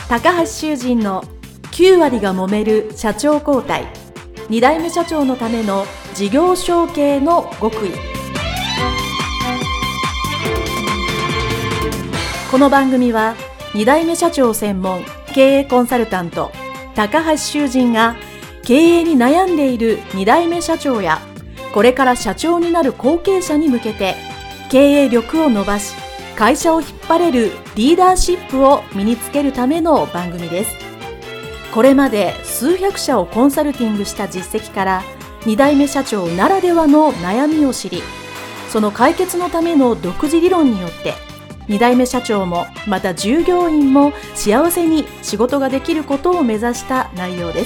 高橋修人の9割が揉める社長交代、2代目社長のための事業承継の極意。この番組は2代目社長専門経営コンサルタント高橋修人が経営に悩んでいる2代目社長やこれから社長になる後継者に向けて経営力を伸ばし会社を引っ張れるリーダーシップを身につけるための番組です。これまで数百社をコンサルティングした実績から2代目社長ならではの悩みを知り、その解決のための独自理論によって2代目社長もまた従業員も幸せに仕事ができることを目指した内容です。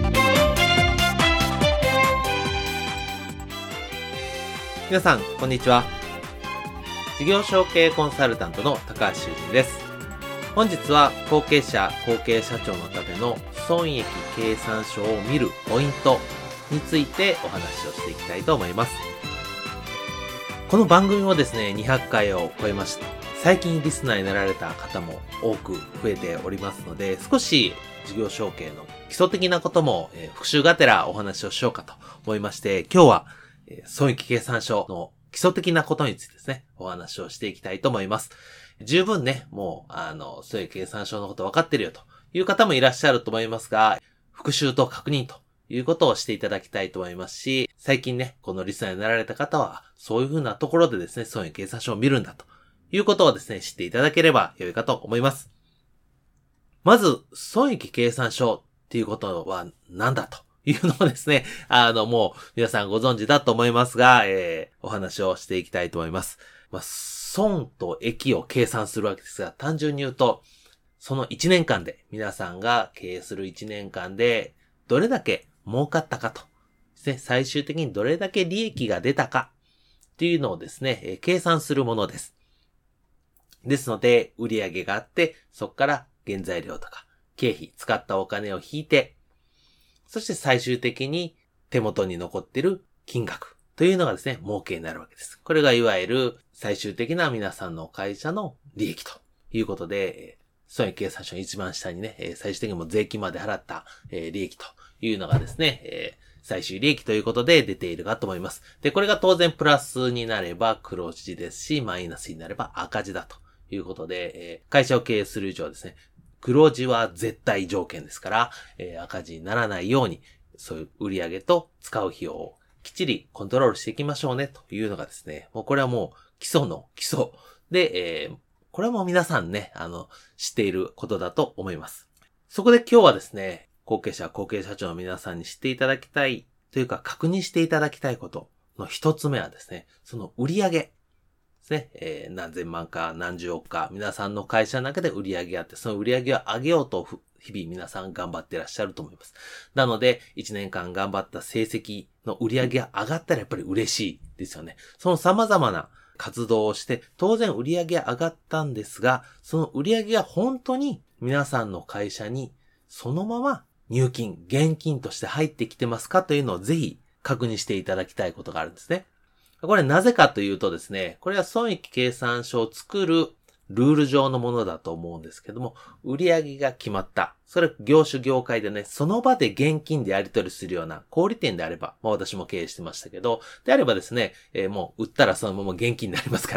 皆さんこんにちは。事業承継コンサルタントの高橋修人です。本日は後継者後継社長のための損益計算書を見るポイントについてお話をしていきたいと思います。この番組もですね200回を超えました。最近リスナーになられた方も多く増えておりますので、少し事業承継の基礎的なことも復習がてらお話をしようかと思いまして、今日は損益計算書の基礎的なことについてですね、お話をしていきたいと思います。十分ね、もう、損益計算書のこと分かってるよという方もいらっしゃると思いますが、復習と確認ということをしていただきたいと思いますし、最近ね、このリスナーになられた方は、そういうふうなところでですね、損益計算書を見るんだということをですね、知っていただければ良いかと思います。まず、損益計算書っていうことは何だというのをですね、もう皆さんご存知だと思いますが、お話をしていきたいと思います。損と益を計算するわけですが、単純に言うと、その1年間で、皆さんが経営する1年間で、どれだけ儲かったかとですね、最終的にどれだけ利益が出たかっていうのをですね、計算するものです。ですので、売上があって、そこから原材料とか、経費、使ったお金を引いて、そして最終的に手元に残っている金額というのがですね、儲けになるわけです。これがいわゆる最終的な皆さんの会社の利益ということで、損益計算書の一番下にね、最終的にも税金まで払った利益というのがですね、最終利益ということで出ているかと思います。で、これが当然プラスになれば黒字ですし、マイナスになれば赤字だということで、会社を経営する以上ですね、黒字は絶対条件ですから、赤字にならないように、そういう売上と使う費用をきっちりコントロールしていきましょうねというのがですね、もうこれはもう基礎の基礎で、これはもう皆さんね、知っていることだと思います。そこで今日はですね、後継者、後継社長の皆さんに知っていただきたいというか確認していただきたいことの一つ目はですね、その売上ですね、何千万か何十億か皆さんの会社の中で売上があって、その売上を上げようと日々皆さん頑張っていらっしゃると思います。なので、1年間頑張った成績の売上が上がったらやっぱり嬉しいですよね。その様々な活動をして、当然売上上がったんですが、その売上が本当に皆さんの会社にそのまま入金、現金として入ってきてますかというのをぜひ確認していただきたいことがあるんですね。これなぜかというとですね、これは損益計算書を作るルール上のものだと思うんですけども、売上が決まった。それ業種業界でね、その場で現金でやり取りするような小売店であれば、私も経営してましたけど、であればですね、もう売ったらそのまま現金になりますから、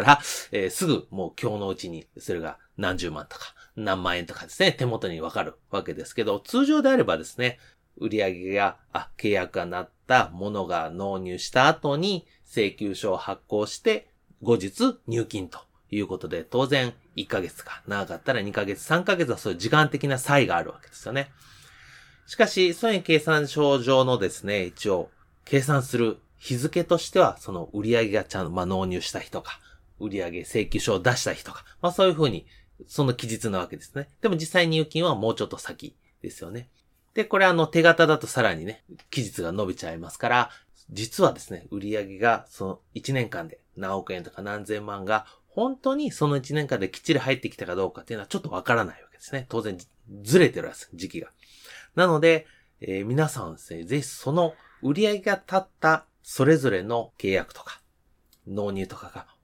すぐもう今日のうちにそれが何十万とか何万円とかですね、手元にわかるわけですけど、通常であればですね、売上が、契約がなったものが納入した後に請求書を発行して後日入金ということで、当然1ヶ月か長かったら2ヶ月3ヶ月はそういう時間的な差異があるわけですよね。しかし損益計算書上のですね、一応計算する日付としてはその売上がちゃんと納入した日とか売上請求書を出した日とか、そういうふうにその期日なわけですね。でも実際入金はもうちょっと先ですよね。で、これ手形だとさらにね、期日が伸びちゃいますから、実はですね、売上がその1年間で何億円とか何千万が本当にその1年間できっちり入ってきたかどうかっていうのはちょっとわからないわけですね。当然ずれてるわけです、時期が。なので、皆さんですね、ぜひその売上が立ったそれぞれの契約とか納入とかが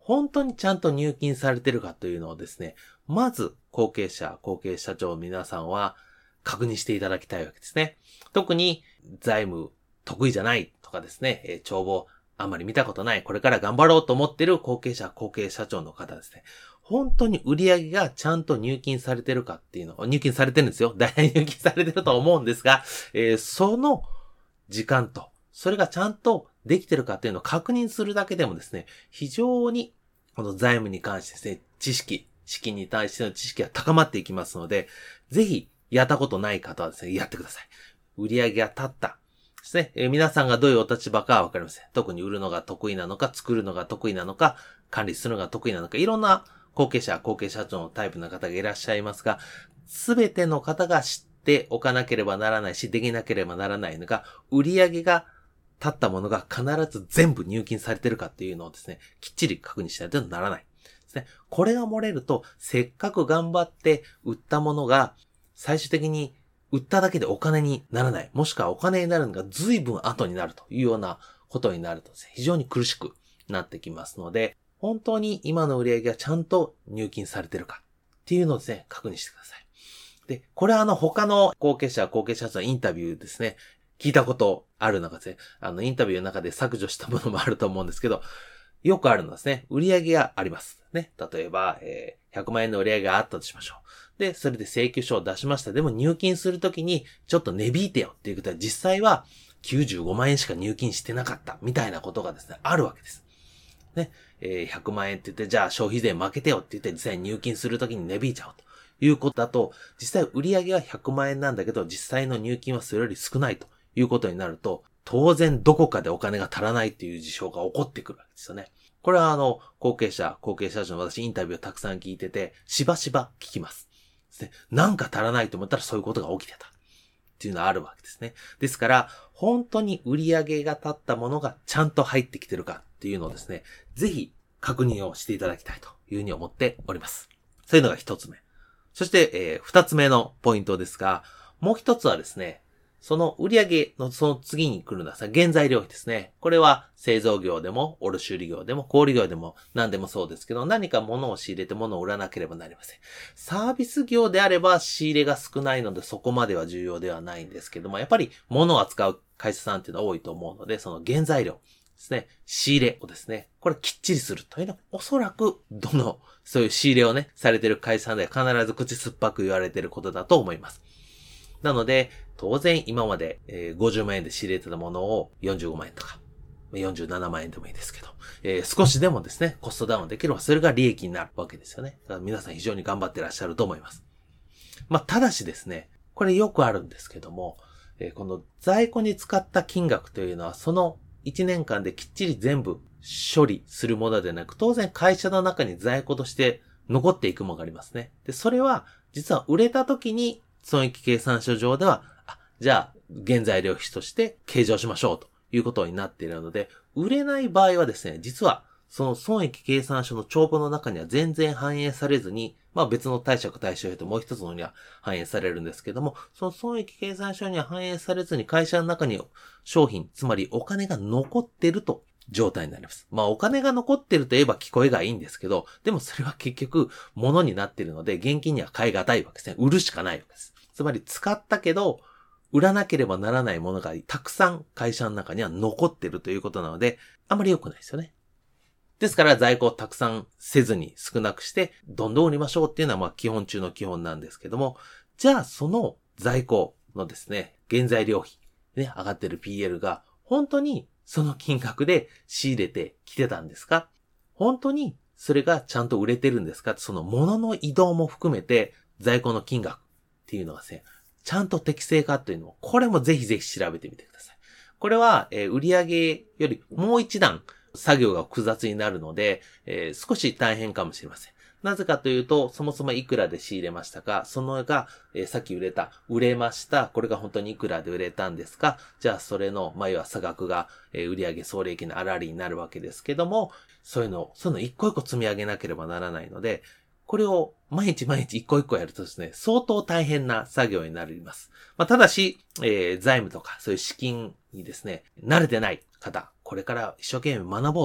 本当にちゃんと入金されてるかというのをですね、まず後継者、後継社長の皆さんは確認していただきたいわけですね。特に財務得意じゃないとかですね、帳簿あんまり見たことない、これから頑張ろうと思ってる後継者、後継社長の方ですね。本当に売り上げがちゃんと入金されてるかっていうのを、入金されてるんですよ。大体入金されてると思うんですが、その時間と、それがちゃんとできてるかっていうのを確認するだけでもですね、非常にこの財務に関してですね、資金に対しての知識が高まっていきますので、ぜひやったことない方はですね、やってください。売り上げが立ったですね、皆さんがどういうお立場かはわかりません。特に売るのが得意なのか、作るのが得意なのか、管理するのが得意なのか、いろんな後継者、後継社長のタイプの方がいらっしゃいますが、すべての方が知っておかなければならないし、できなければならないのが、売り上げが立ったものが必ず全部入金されてるかっていうのをですね、きっちり確認しないとならないですね。これが漏れると、せっかく頑張って売ったものが、最終的に売っただけでお金にならない。もしくはお金になるのが随分後になるというようなことになるとですね、非常に苦しくなってきますので、本当に今の売り上げがちゃんと入金されてるかっていうのをですね、確認してください。で、これは他の後継者、後継者のインタビューですね、聞いたことある中ですね、インタビューの中で削除したものもあると思うんですけど、よくあるのはですね、売り上げがあります。ね。例えば、100万円の売り上げがあったとしましょう。で、それで請求書を出しました。でも入金するときに、ちょっと値引いてよっていうことは、実際は95万円しか入金してなかった、みたいなことがですね、あるわけです。ね。100万円って言って、じゃあ消費税負けてよって言って、実際に入金するときに値引いちゃうということだと、実際売り上げは100万円なんだけど、実際の入金はそれより少ないということになると、当然どこかでお金が足らないっていう事象が起こってくるわけですよね。これは後継者、後継者長の私インタビューをたくさん聞いてて、しばしば聞きます。ですね。なんか足らないと思ったらそういうことが起きてた。っていうのはあるわけですね。ですから、本当に売り上げが立ったものがちゃんと入ってきてるかっていうのをですね、ぜひ確認をしていただきたいというふうに思っております。そういうのが一つ目。そして、二つ目のポイントですが、もう一つはですね、その売上のその次に来るのは原材料費ですね。これは製造業でも、卸売業でも、小売業でも何でもそうですけど、何か物を仕入れて物を売らなければなりません。サービス業であれば仕入れが少ないのでそこまでは重要ではないんですけども、やっぱり物を扱う会社さんっていうのは多いと思うので、その原材料ですね、仕入れをですね、これきっちりするというのはおそらくそういう仕入れをね、されている会社さんでは必ず口酸っぱく言われていることだと思います。なので、当然今まで50万円で仕入れてたものを45万円とか、47万円でもいいですけど、少しでもですね、コストダウンできればそれが利益になるわけですよね。だから皆さん非常に頑張ってらっしゃると思います。ただしですね、これよくあるんですけども、この在庫に使った金額というのはその1年間できっちり全部処理するものでなく、当然会社の中に在庫として残っていくものがありますね。で、それは実は売れた時に損益計算書上では、じゃあ原材料費として計上しましょうということになっているので、売れない場合はですね、実はその損益計算書の帳簿の中には全然反映されずに、別の貸借対照表ともう一つのには反映されるんですけども、その損益計算書には反映されずに会社の中に商品、つまりお金が残っていると状態になります。お金が残ってると言えば聞こえがいいんですけど、でもそれは結局物になっているので現金には買い難いわけですね。売るしかないわけです。つまり使ったけど売らなければならないものがたくさん会社の中には残っているということなので、あまり良くないですよね。ですから在庫をたくさんせずに少なくしてどんどん売りましょうっていうのは基本中の基本なんですけども、じゃあその在庫のですね、原材料費ね、上がってる PL が本当にその金額で仕入れてきてたんですか？本当にそれがちゃんと売れてるんですか？その物の移動も含めて在庫の金額っていうのがですね、ちゃんと適正かというのを、これもぜひぜひ調べてみてください。これは、売上よりもう一段作業が複雑になるので、少し大変かもしれません。なぜかというと、そもそもいくらで仕入れましたか、そのが、さっき売れました。これが本当にいくらで売れたんですか、じゃあそれの、要は差額が、売上総利益の粗利になるわけですけども、そういうの一個一個積み上げなければならないので、これを毎日一個一個やるとですね、相当大変な作業になります。ただし、財務とかそういう資金にですね、慣れてない方、これから一生懸命学ぼうと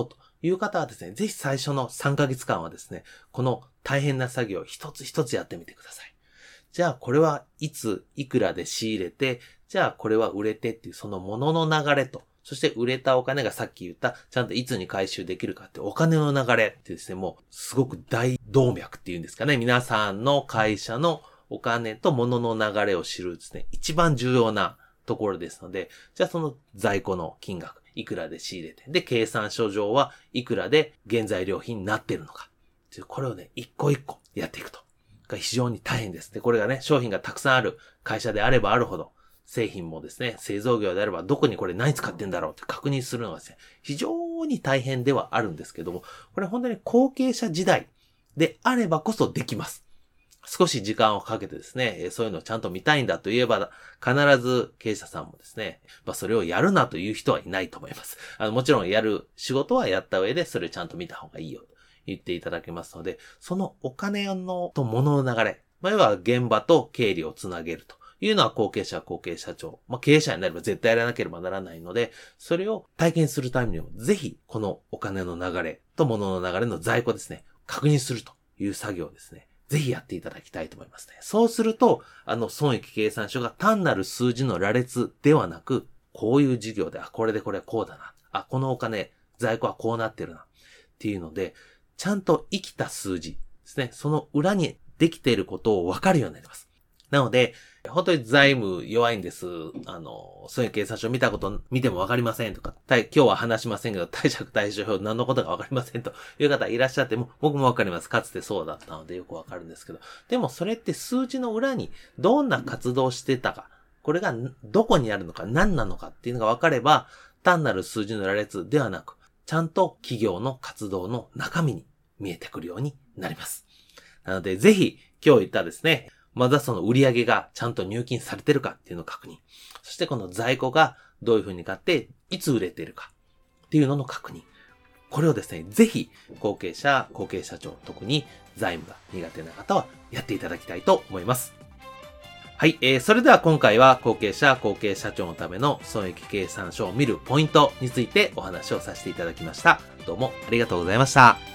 いう方はですね、ぜひ最初の3ヶ月間はですね、この大変な作業を一つ一つやってみてください。じゃあこれはいついくらで仕入れて、じゃあこれは売れてっていうその物の流れと、そして売れたお金がさっき言ったちゃんといつに回収できるかってお金の流れってですね、もうすごく大動脈っていうんですかね、皆さんの会社のお金と物の流れを知るですね、一番重要なところですので、じゃあその在庫の金額、いくらで仕入れて、で、計算書上はいくらで原材料費になっているのか。これをね、一個一個やっていくと。が非常に大変です。で、これがね、商品がたくさんある会社であればあるほど、製品もですね、製造業であればどこにこれ何使ってんだろうって確認するのがですね、非常に大変ではあるんですけども、これ本当に後継者時代であればこそできます。少し時間をかけてですね、そういうのをちゃんと見たいんだと言えば、必ず経営者さんもですね、それをやるなという人はいないと思います。もちろんやる仕事はやった上で、それをちゃんと見た方がいいよと言っていただけますので、そのお金のと物の流れ、要は現場と経理をつなげるというのは後継者長、経営者になれば絶対やらなければならないので、それを体験するためにも、ぜひこのお金の流れと物の流れの在庫ですね、確認するという作業ですね。ぜひやっていただきたいと思いますね。そうすると、損益計算書が単なる数字の羅列ではなく、こういう事業で、これでこれこうだな。このお金、在庫はこうなってるな。っていうので、ちゃんと生きた数字ですね。その裏にできていることを分かるようになります。なので、本当に財務弱いんです。損益計算書見ても分かりませんとか、今日は話しませんけど、貸借対照表何のことか分かりませんという方いらっしゃっても、僕も分かります。かつてそうだったのでよく分かるんですけど、でもそれって数字の裏にどんな活動してたか、これがどこにあるのか何なのかっていうのが分かれば、単なる数字の羅列ではなく、ちゃんと企業の活動の中身に見えてくるようになります。なのでぜひ今日言ったですね、まずはその売り上げがちゃんと入金されてるかっていうのを確認。そしてこの在庫がどういう風に買って、いつ売れているかっていうのの確認。これをですね、ぜひ後継者長、特に財務が苦手な方はやっていただきたいと思います。はい、それでは今回は後継者長のための損益計算書を見るポイントについてお話をさせていただきました。どうもありがとうございました。